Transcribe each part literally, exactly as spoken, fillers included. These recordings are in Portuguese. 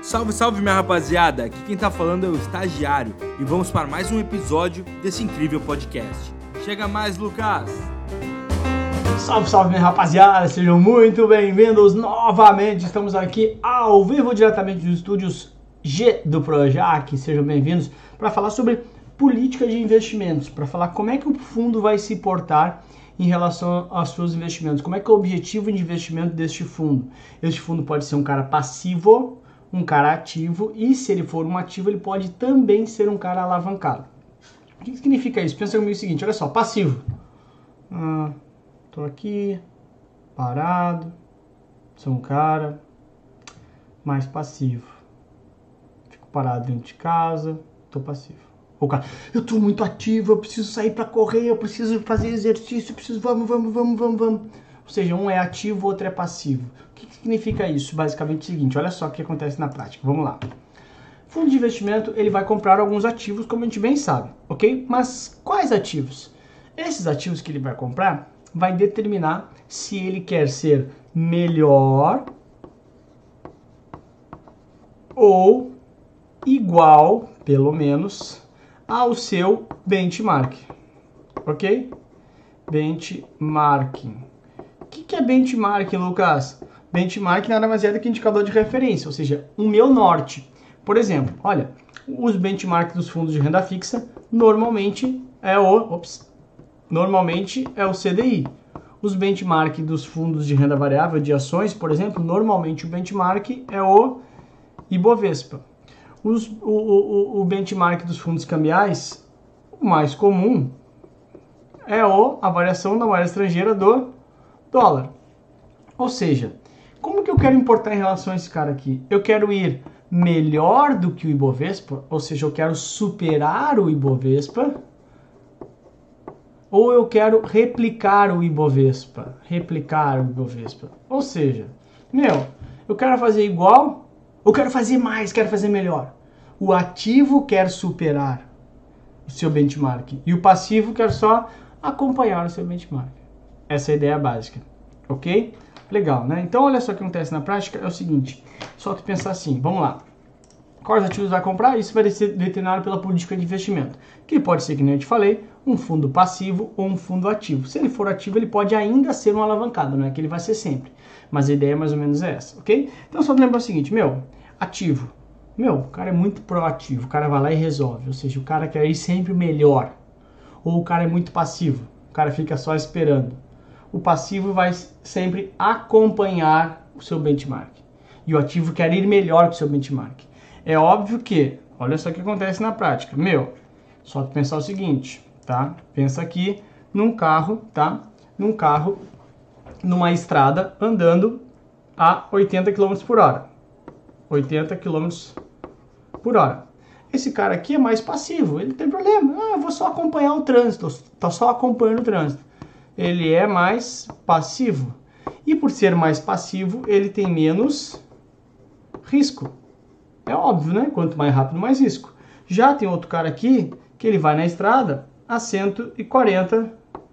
Salve, salve minha rapaziada, aqui quem tá falando é o Estagiário e vamos para mais um episódio desse incrível podcast. Chega mais, Lucas! Salve, salve minha rapaziada, sejam muito bem-vindos novamente, estamos aqui ao vivo diretamente dos estúdios G do Projac, sejam bem-vindos para falar sobre política de investimentos, para falar como é que o fundo vai se portar em relação aos seus investimentos, como é que é o objetivo de investimento deste fundo. Este fundo pode ser um cara passivo, um cara ativo, e se ele for um ativo, ele pode também ser um cara alavancado. O que significa isso? Pensa comigo o seguinte, olha só, passivo. Ah, tô aqui, parado, sou um cara mais passivo. Fico parado dentro de casa, tô passivo. O cara, eu tô muito ativo, eu preciso sair para correr, eu preciso fazer exercício, eu preciso, vamos, vamos, vamos, vamos, vamos. Ou seja, um é ativo, o outro é passivo. O que significa isso? Basicamente é o seguinte, olha só o que acontece na prática, vamos lá. Fundo de investimento, ele vai comprar alguns ativos, como a gente bem sabe, ok? Mas quais ativos? Esses ativos que ele vai comprar vai determinar se ele quer ser melhor ou igual, pelo menos, ao seu benchmark, ok? Benchmarking. O que, que é benchmarking, Lucas? Benchmarking nada mais é do que indicador de referência, ou seja, o meu norte. Por exemplo, olha, os benchmarks dos fundos de renda fixa normalmente é o, ops, normalmente é o C D I. Os benchmarks dos fundos de renda variável de ações, por exemplo, normalmente o benchmark é o Ibovespa. Os, o, o, o benchmark dos fundos cambiais, o mais comum é o, a variação da moeda estrangeira do dólar. Ou seja, como que eu quero importar em relação a esse cara aqui? Eu quero ir melhor do que o Ibovespa, ou seja, eu quero superar o Ibovespa, ou eu quero replicar o Ibovespa, replicar o Ibovespa. Ou seja, meu, eu quero fazer igual, eu quero fazer mais, quero fazer melhor. O ativo quer superar o seu benchmark e o passivo quer só acompanhar o seu benchmark. Essa é a ideia básica, ok? Legal, né? Então, olha só o que acontece na prática, é o seguinte, só tu pensar assim, vamos lá. Quais ativos vai comprar? Isso vai ser determinado pela política de investimento, que pode ser, que nem eu te falei, um fundo passivo ou um fundo ativo. Se ele for ativo, ele pode ainda ser um alavancado, não é que ele vai ser sempre, mas a ideia mais ou menos é essa, ok? Então, só lembra o seguinte, meu, ativo. Meu, o cara é muito proativo, o cara vai lá e resolve, ou seja, o cara quer ir sempre melhor. Ou o cara é muito passivo, o cara fica só esperando. O passivo vai sempre acompanhar o seu benchmark. E o ativo quer ir melhor que o seu benchmark. É óbvio que, olha só o que acontece na prática. Meu, só pensar o seguinte, tá? Pensa aqui num carro, tá? Num carro, numa estrada, andando a oitenta quilômetros por hora. oitenta quilômetros por hora. Esse cara aqui é mais passivo, ele tem problema. Ah, eu vou só acompanhar o trânsito, tá só acompanhando o trânsito. Ele é mais passivo. E por ser mais passivo, ele tem menos risco. É óbvio, né? Quanto mais rápido, mais risco. Já tem outro cara aqui, que ele vai na estrada a cento e quarenta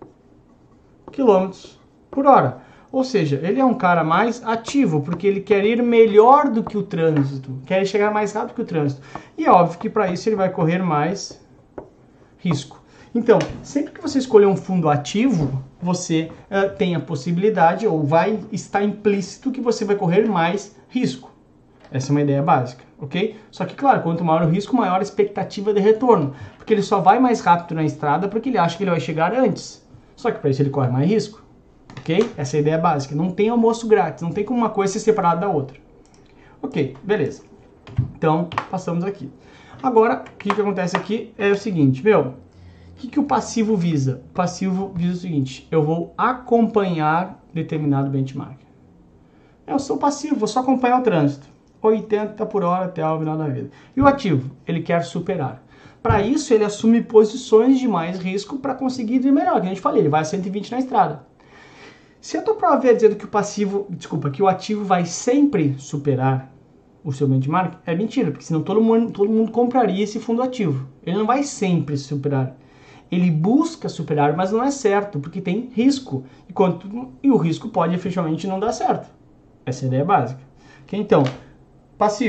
quilômetros por hora. Ou seja, ele é um cara mais ativo, porque ele quer ir melhor do que o trânsito, quer chegar mais rápido que o trânsito. E é óbvio que para isso ele vai correr mais risco. Então, sempre que você escolher um fundo ativo, você uh, tem a possibilidade, ou vai estar implícito, que você vai correr mais risco. Essa é uma ideia básica, ok? Só que, claro, quanto maior o risco, maior a expectativa de retorno. Porque ele só vai mais rápido na estrada porque ele acha que ele vai chegar antes. Só que para isso ele corre mais risco. Ok? Essa é a ideia básica. Não tem almoço grátis, não tem como uma coisa ser separada da outra. Ok, beleza. Então, passamos aqui. Agora, o que, que acontece aqui é o seguinte, meu, o que, que o passivo visa? O passivo visa o seguinte, eu vou acompanhar determinado benchmark. Eu sou passivo, vou só acompanhar o trânsito. oitenta por hora até o final da vida. E o ativo? Ele quer superar. Para isso, ele assume posições de mais risco para conseguir ir melhor. Como a gente falei, ele vai a cento e vinte na estrada. Se a tua prova vier dizendo que o passivo, desculpa, que o ativo vai sempre superar o seu benchmark, é mentira, porque senão todo mundo, todo mundo compraria esse fundo ativo. Ele não vai sempre superar. Ele busca superar, mas não é certo, porque tem risco. E, quanto, e o risco pode efetivamente não dar certo. Essa é a ideia básica. Okay? Então, passivo,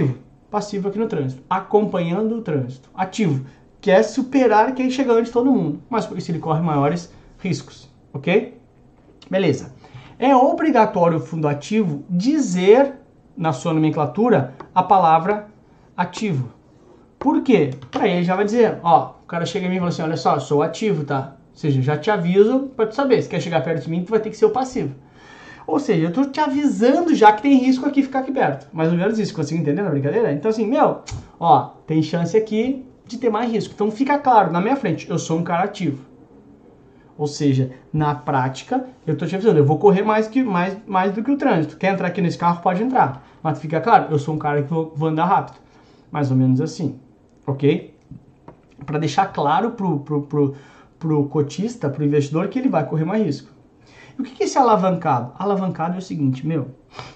Passivo aqui no trânsito, acompanhando o trânsito. Ativo, quer superar, quer chegar antes de todo mundo, mas por isso ele corre maiores riscos, ok? Beleza. É obrigatório o fundo ativo dizer na sua nomenclatura a palavra ativo. Por quê? Para ele já vai dizer, ó, o cara chega em mim e fala assim, olha só, eu sou ativo, tá? Ou seja, já te aviso para tu saber, se quer chegar perto de mim, tu vai ter que ser o passivo. Ou seja, eu tô te avisando já que tem risco aqui ficar aqui perto. Mais ou menos isso, consigo entender na brincadeira? Então assim, meu, ó, tem chance aqui de ter mais risco. Então fica claro, na minha frente, eu sou um cara ativo. Ou seja, na prática, eu tô te avisando, eu vou correr mais, que, mais, mais do que o trânsito. Quer entrar aqui nesse carro, pode entrar. Mas fica claro, eu sou um cara que vou, vou andar rápido. Mais ou menos assim, ok? Para deixar claro pro, pro, pro, pro cotista, pro investidor, que ele vai correr mais risco. O que é esse alavancado? Alavancado é o seguinte, meu.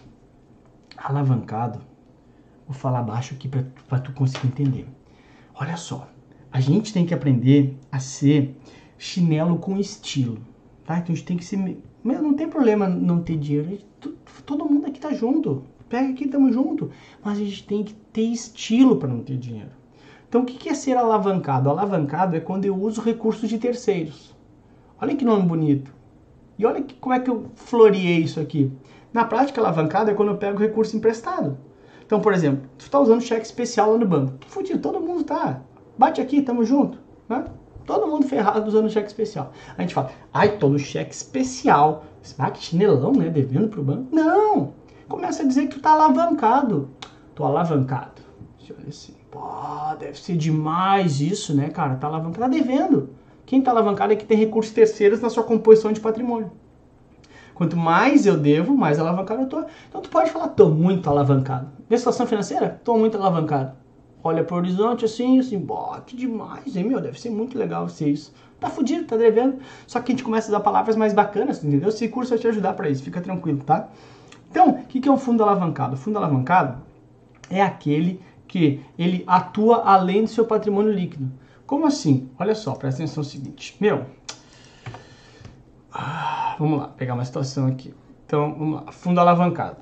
Alavancado, vou falar baixo aqui para tu conseguir entender. Olha só, a gente tem que aprender a ser chinelo com estilo, tá? Então a gente tem que ser... Meu, não tem problema não ter dinheiro, todo mundo aqui tá junto. Pega aqui, tamo junto. Mas a gente tem que ter estilo para não ter dinheiro. Então o que é ser alavancado? Alavancado é quando eu uso recursos de terceiros. Olha que nome bonito. E olha que, como é que eu floreei isso aqui. Na prática, alavancado é quando eu pego recurso emprestado. Então, por exemplo, tu está usando cheque especial lá no banco. Fudido, todo mundo tá. Bate aqui, tamo junto. Né? Todo mundo ferrado usando cheque especial. A gente fala, ai, tô no cheque especial. Ah, que chinelão, né? Devendo pro banco. Não! Começa a dizer que tu tá alavancado. Tô alavancado. Você olha assim, pô, deve ser demais isso, né, cara? Tá alavancado, tá devendo. Quem está alavancado é que tem recursos terceiros na sua composição de patrimônio. Quanto mais eu devo, mais alavancado eu estou. Então tu pode falar, estou muito alavancado. Minha situação financeira, estou muito alavancado. Olha para o horizonte assim, assim, pô, que demais, hein, meu? Deve ser muito legal ser isso. Tá fudido, tá devendo. Só que a gente começa a usar palavras mais bacanas, entendeu? Esse curso vai te ajudar para isso, fica tranquilo, tá? Então, o que é um fundo alavancado? O fundo alavancado é aquele que ele atua além do seu patrimônio líquido. Como assim? Olha só, presta atenção no seguinte. Meu, ah, vamos lá, pegar uma situação aqui. Então, vamos lá. Fundo alavancado.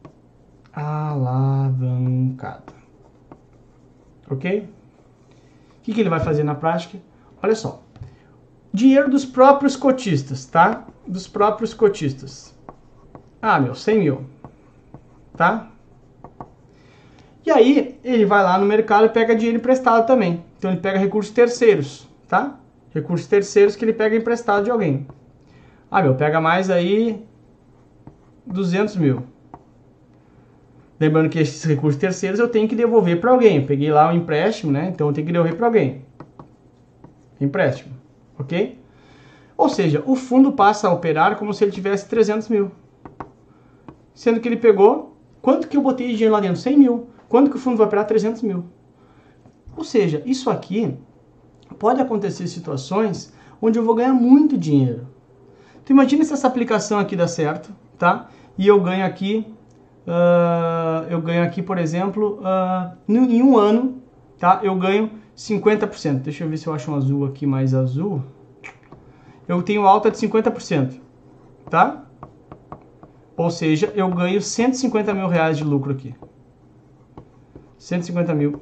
Alavancado. Ok? O que, que ele vai fazer na prática? Olha só. Dinheiro dos próprios cotistas, tá? Dos próprios cotistas. Ah, meu, cem mil. Tá? E aí, ele vai lá no mercado e pega dinheiro emprestado também. Então, ele pega recursos terceiros, tá? Recursos terceiros que ele pega emprestado de alguém. Ah, meu, pega mais aí duzentos mil. Lembrando que esses recursos terceiros eu tenho que devolver para alguém. Eu peguei lá um empréstimo, né? Então, eu tenho que devolver para alguém. Empréstimo, ok? Ou seja, o fundo passa a operar como se ele tivesse trezentos mil. Sendo que ele pegou... Quanto que eu botei de dinheiro lá dentro? cem mil. Quanto que o fundo vai operar? trezentos mil. Ou seja, isso aqui pode acontecer situações onde eu vou ganhar muito dinheiro. Então imagina se essa aplicação aqui dá certo, tá? E eu ganho aqui, uh, eu ganho aqui, por exemplo, uh, em um ano, tá? Eu ganho cinquenta por cento. Deixa eu ver se eu acho um azul aqui mais azul. Eu tenho alta de cinquenta por cento, tá? Ou seja, eu ganho cento e cinquenta mil reais de lucro aqui. cento e cinquenta mil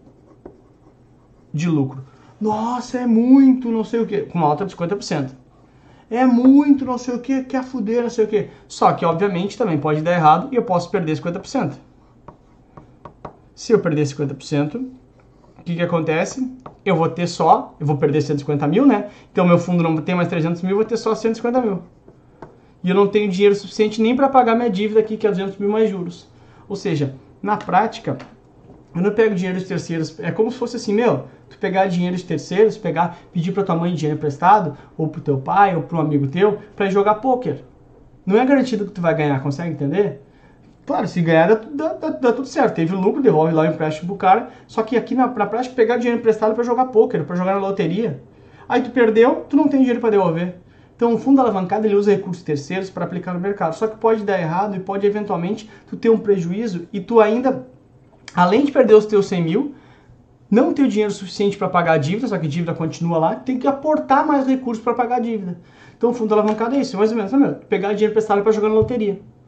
de lucro. Nossa, é muito, não sei o que. Com uma alta de cinquenta por cento. É muito, não sei o que, quer fuder, não sei o que. Só que, obviamente, também pode dar errado e eu posso perder cinquenta por cento. Se eu perder cinquenta por cento, o que que acontece? Eu vou ter só, eu vou perder cento e cinquenta mil, né? Então, meu fundo não tem mais trezentos mil, eu vou ter só cento e cinquenta mil. E eu não tenho dinheiro suficiente nem para pagar minha dívida aqui, que é duzentos mil mais juros. Ou seja, na prática, eu não pego dinheiro de terceiros. É como se fosse assim, meu, tu pegar dinheiro de terceiros, pegar, pedir para tua mãe dinheiro emprestado, ou pro teu pai, ou pro um amigo teu, para jogar pôquer. Não é garantido que tu vai ganhar, consegue entender? Claro, se ganhar, dá, dá, dá tudo certo. Teve lucro, devolve lá o empréstimo pro cara. Só que aqui na, na prática, pegar dinheiro emprestado para jogar pôquer, para jogar na loteria. Aí tu perdeu, tu não tem dinheiro para devolver. Então, o fundo alavancado, ele usa recursos terceiros para aplicar no mercado. Só que pode dar errado e pode, eventualmente, tu ter um prejuízo e tu ainda, além de perder os teus cem mil, não ter o dinheiro suficiente para pagar a dívida, só que a dívida continua lá, tem que aportar mais recursos para pagar a dívida. Então, o fundo alavancado é isso, mais ou menos, né, meu? Pegar dinheiro emprestado para jogar na loteria.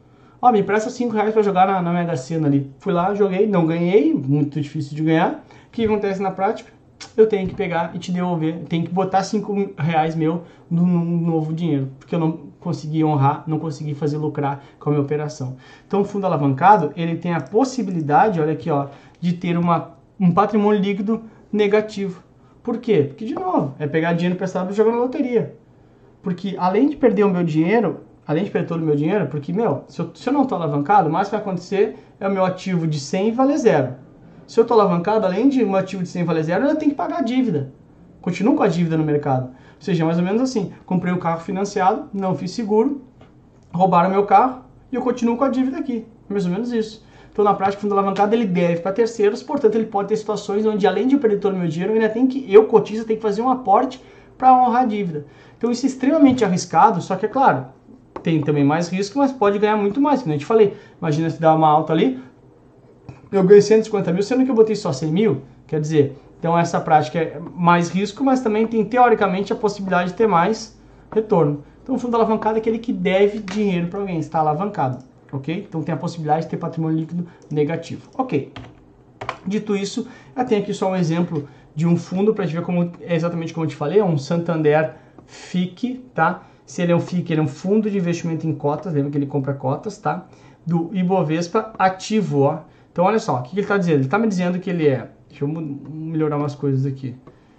Ó, me empresta cinco reais para jogar na, na Mega Sena ali. Fui lá, joguei, não ganhei, muito difícil de ganhar. O que acontece na prática? Eu tenho que pegar e te devolver, tenho que botar cinco reais meu no, no novo dinheiro, porque eu não consegui honrar, não consegui fazer lucrar com a minha operação. Então o fundo alavancado, ele tem a possibilidade, olha aqui, ó, de ter uma, um patrimônio líquido negativo. Por quê? Porque, de novo, é pegar dinheiro emprestado e jogar na loteria. Porque além de perder o meu dinheiro, além de perder todo o meu dinheiro, porque, meu, se eu, se eu não estou alavancado, o mais que vai acontecer é o meu ativo de cem valer zero. Se eu estou alavancado, além de um ativo de cem valer zero, eu tenho que pagar a dívida. Continuo com a dívida no mercado. Ou seja, mais ou menos assim, comprei o carro financiado, não fiz seguro, roubaram meu carro e eu continuo com a dívida aqui. Mais ou menos isso. Então, na prática, o fundo alavancado ele deve para terceiros, portanto, ele pode ter situações onde, além de eu perder todo o meu dinheiro, eu ainda tenho que, eu, cotista, tenho que fazer um aporte para honrar a dívida. Então, isso é extremamente arriscado, só que, é claro, tem também mais risco, mas pode ganhar muito mais. Como eu te falei, imagina se dá uma alta ali, eu ganhei cento e cinquenta mil, sendo que eu botei só cem mil, quer dizer, então essa prática é mais risco, mas também tem, teoricamente, a possibilidade de ter mais retorno. Então, o fundo alavancado é aquele que deve dinheiro para alguém, está alavancado. Ok? Então tem a possibilidade de ter patrimônio líquido negativo. Ok. Dito isso, eu tenho aqui só um exemplo de um fundo para te ver como é exatamente como eu te falei, é um Santander F I C, tá? Se ele é um F I C, ele é um fundo de investimento em cotas, lembra que ele compra cotas, tá? Do Ibovespa ativo, ó. Então olha só, o que ele está dizendo? Ele está me dizendo que ele é... Deixa eu melhorar umas coisas aqui.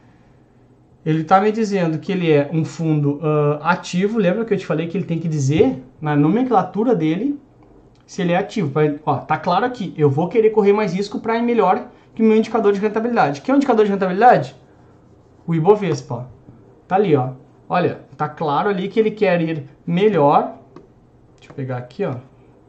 Ele está me dizendo que ele é um fundo uh, ativo, lembra que eu te falei que ele tem que dizer na nomenclatura dele se ele é ativo. Ó, tá claro aqui, eu vou querer correr mais risco para ir melhor que o meu indicador de rentabilidade. Que é o indicador de rentabilidade? O Ibovespa, ó. Tá ali, ó. Olha, tá claro ali que ele quer ir melhor. Deixa eu pegar aqui, ó.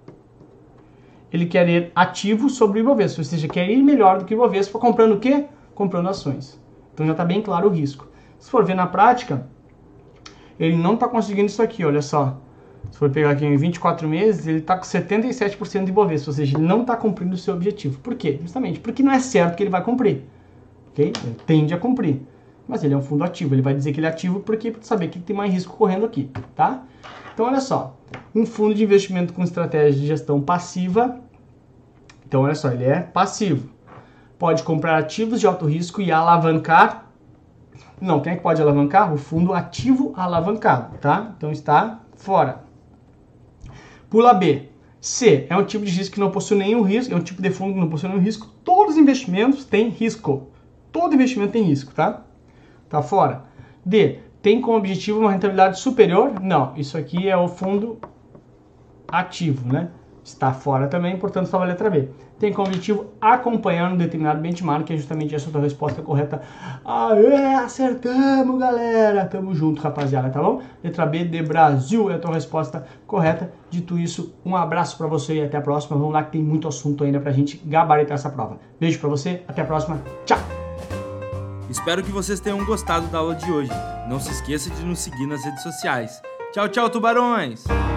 Ele quer ir ativo sobre o Ibovespa, ou seja, quer ir melhor do que o Ibovespa, comprando o quê? Comprando ações. Então já tá bem claro o risco. Se for ver na prática, ele não tá conseguindo isso aqui, olha só. Se for pegar aqui em vinte e quatro meses, ele está com setenta e sete por cento de Ibovespa, ou seja, ele não está cumprindo o seu objetivo. Por quê? Justamente porque não é certo que ele vai cumprir. Okay? Ele tende a cumprir. Mas ele é um fundo ativo, ele vai dizer que ele é ativo porque para saber que tem mais risco correndo aqui, tá? Então, olha só, um fundo de investimento com estratégia de gestão passiva, então, olha só, ele é passivo. Pode comprar ativos de alto risco e alavancar. Não, quem é que pode alavancar? O fundo ativo alavancado, tá? Então, está fora. Pula B. C. É um tipo de risco que não possui nenhum risco. É um tipo de fundo que não possui nenhum risco. Todos os investimentos têm risco. Todo investimento tem risco, tá? Tá fora. D. Tem como objetivo uma rentabilidade superior? Não. Isso aqui é o fundo ativo, né? Está fora também, portanto, só a letra B. Tem como objetivo acompanhar um determinado benchmark, que é justamente essa a tua resposta correta. Aê, acertamos, galera! Tamo junto, rapaziada, tá bom? Letra B de Brasil é a tua resposta correta. Dito isso, um abraço pra você e até a próxima. Vamos lá que tem muito assunto ainda pra gente gabaritar essa prova. Beijo pra você, até a próxima. Tchau! Espero que vocês tenham gostado da aula de hoje. Não se esqueça de nos seguir nas redes sociais. Tchau, tchau, tubarões!